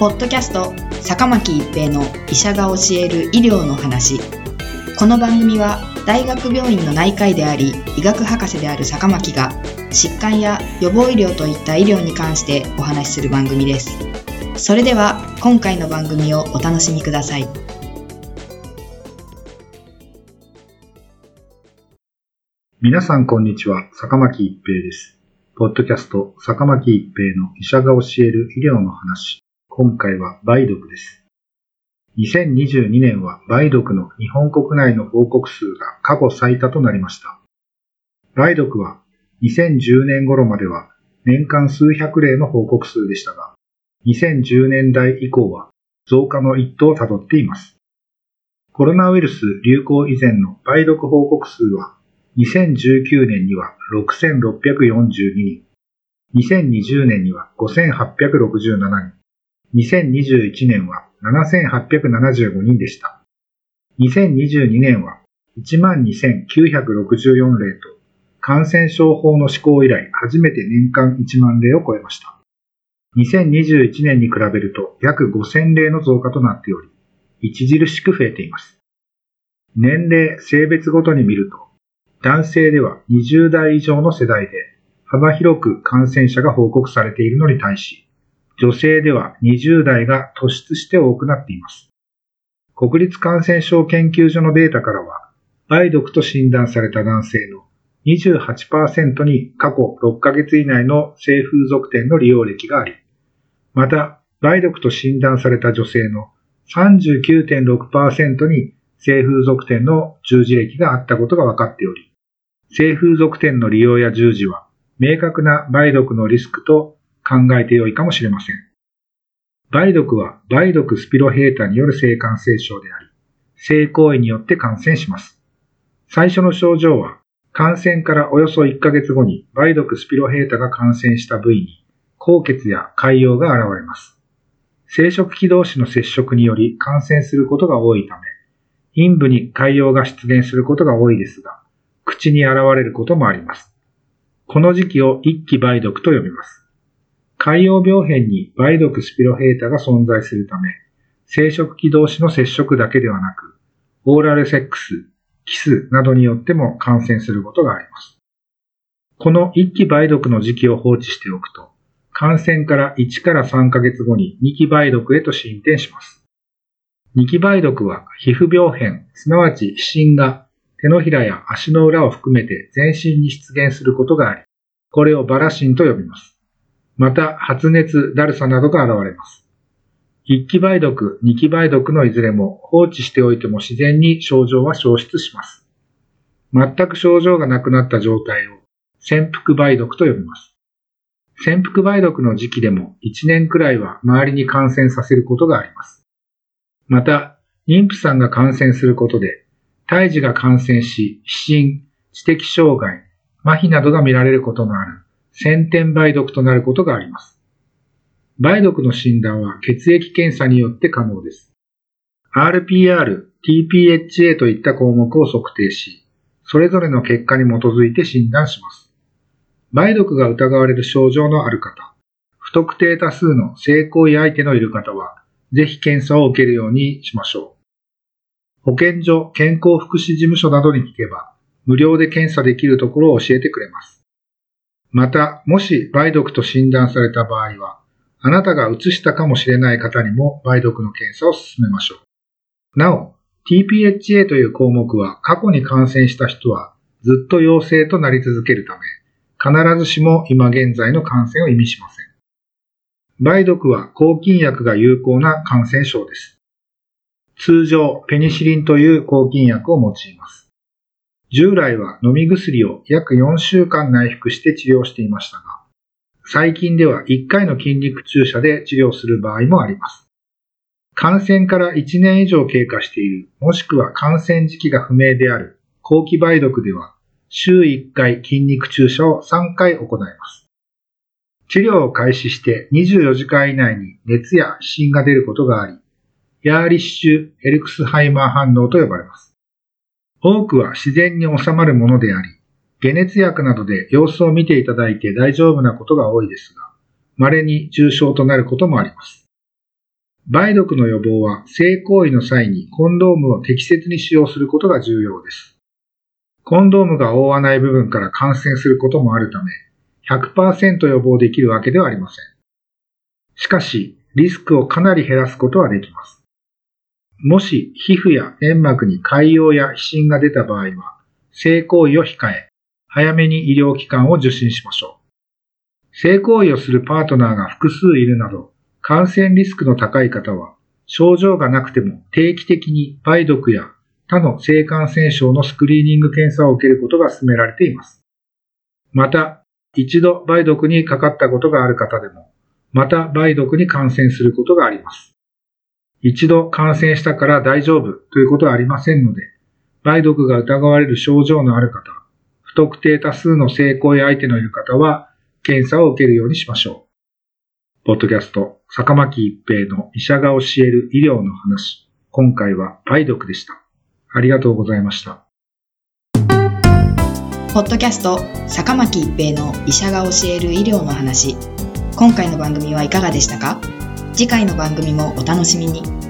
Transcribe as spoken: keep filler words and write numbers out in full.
ポッドキャスト坂巻一平の医者が教える医療の話。この番組は大学病院の内科医であり医学博士である坂巻が疾患や予防医療といった医療に関してお話しする番組です。それでは今回の番組をお楽しみください。 皆さんこんにちは、坂巻一平です。ポッドキャスト坂巻一平の医者が教える医療の話。今回は梅毒です。にせんにじゅうにねんは梅毒の日本国内の報告数が過去最多となりました。梅毒はにせんじゅうねん頃までは年間数百例の報告数でしたが、にせんじゅうねんだい以降は増加の一途をたどっています。コロナウイルス流行以前の梅毒報告数はにせんじゅうきゅうねんにはろくせんろっぴゃくよんじゅうににん、にせんにじゅうねんにはごせんはっぴゃくろくじゅうななにん、にせんにじゅういちねんはななせんはっぴゃくななじゅうごにんでした。にせんにじゅうにねんはいちまんにせんきゅうひゃくろくじゅうよんれいと、感染症法の施行以来初めて年間いちまんれいを超えました。にせんにじゅういちねんに比べると約ごせんれいの増加となっており、著しく増えています。年齢、性別ごとに見ると、男性ではにじゅうだい以上の世代で幅広く感染者が報告されているのに対し、女性ではにじゅうだいが突出して多くなっています。国立感染症研究所のデータからは、梅毒と診断された男性の にじゅうはちパーセント に過去ろっかげつ以内の性風俗店の利用歴があり、また、梅毒と診断された女性の さんじゅうきゅうてんろくパーセント に性風俗店の従事歴があったことが分かっており、性風俗店の利用や従事は明確な梅毒のリスクと考えてよいかもしれません。梅毒は梅毒スピロヘータによる性感染症であり、性行為によって感染します。最初の症状は、感染からおよそいっかげつごに梅毒スピロヘータが感染した部位に、高血や潰瘍が現れます。生殖器同士の接触により感染することが多いため、陰部に潰瘍が出現することが多いですが、口に現れることもあります。この時期を一期梅毒と呼びます。潰瘍病変に梅毒スピロヘータが存在するため、生殖器同士の接触だけではなく、オーラルセックス、キスなどによっても感染することがあります。この一期梅毒の時期を放置しておくと、感染からいちからさんかげつごに二期梅毒へと進展します。二期梅毒は皮膚病変、すなわち皮疹が手のひらや足の裏を含めて全身に出現することがあり、これをバラ疹と呼びます。また、発熱、だるさなどが現れます。一期梅毒、二期梅毒のいずれも放置しておいても自然に症状は消失します。全く症状がなくなった状態を潜伏梅毒と呼びます。潜伏梅毒の時期でもいちねんくらいは周りに感染させることがあります。また、妊婦さんが感染することで、胎児が感染し、皮疹、知的障害、麻痺などが見られることのある先天梅毒となることがあります。梅毒の診断は血液検査によって可能です。アールピーアール、ティーピーエイチエー といった項目を測定し、それぞれの結果に基づいて診断します。梅毒が疑われる症状のある方、不特定多数の性行為相手のいる方は、ぜひ検査を受けるようにしましょう。保健所、健康福祉事務所などに聞けば、無料で検査できるところを教えてくれます。また、もし梅毒と診断された場合は、あなたが移したかもしれない方にも梅毒の検査を進めましょう。なお、ティーピーエイチエー という項目は過去に感染した人はずっと陽性となり続けるため、必ずしも今現在の感染を意味しません。梅毒は抗菌薬が有効な感染症です。通常、ペニシリンという抗菌薬を用います。従来は飲み薬を約よんしゅうかん内服して治療していましたが、最近ではいっかいの筋肉注射で治療する場合もあります。感染からいちねん以上経過している、もしくは感染時期が不明である後期梅毒では、週いっかい筋肉注射をさんかい行います。治療を開始してにじゅうよじかん以内に熱や皮疹が出ることがあり、ヤーリッシュ・エルクスハイマー反応と呼ばれます。多くは自然に収まるものであり、解熱薬などで様子を見ていただいて大丈夫なことが多いですが、稀に重症となることもあります。 梅毒の予防は性行為の際にコンドームを適切に使用することが重要です。コンドームが覆わない部分から感染することもあるため、ひゃくパーセント 予防できるわけではありません。しかし、リスクをかなり減らすことはできます。もし皮膚や粘膜に潰瘍や皮疹が出た場合は、性行為を控え、早めに医療機関を受診しましょう。性行為をするパートナーが複数いるなど、感染リスクの高い方は、症状がなくても定期的に梅毒や他の性感染症のスクリーニング検査を受けることが勧められています。また、一度梅毒にかかったことがある方でも、また梅毒に感染することがあります。一度感染したから大丈夫ということはありませんので、梅毒が疑われる症状のある方、不特定多数の性行為相手のいる方は、検査を受けるようにしましょう。ポッドキャスト、坂巻一平の医者が教える医療の話。今回は梅毒でした。ありがとうございました。 ポッドキャスト、坂巻一平の医者が教える医療の話。今回の番組はいかがでしたか？次回の番組もお楽しみに。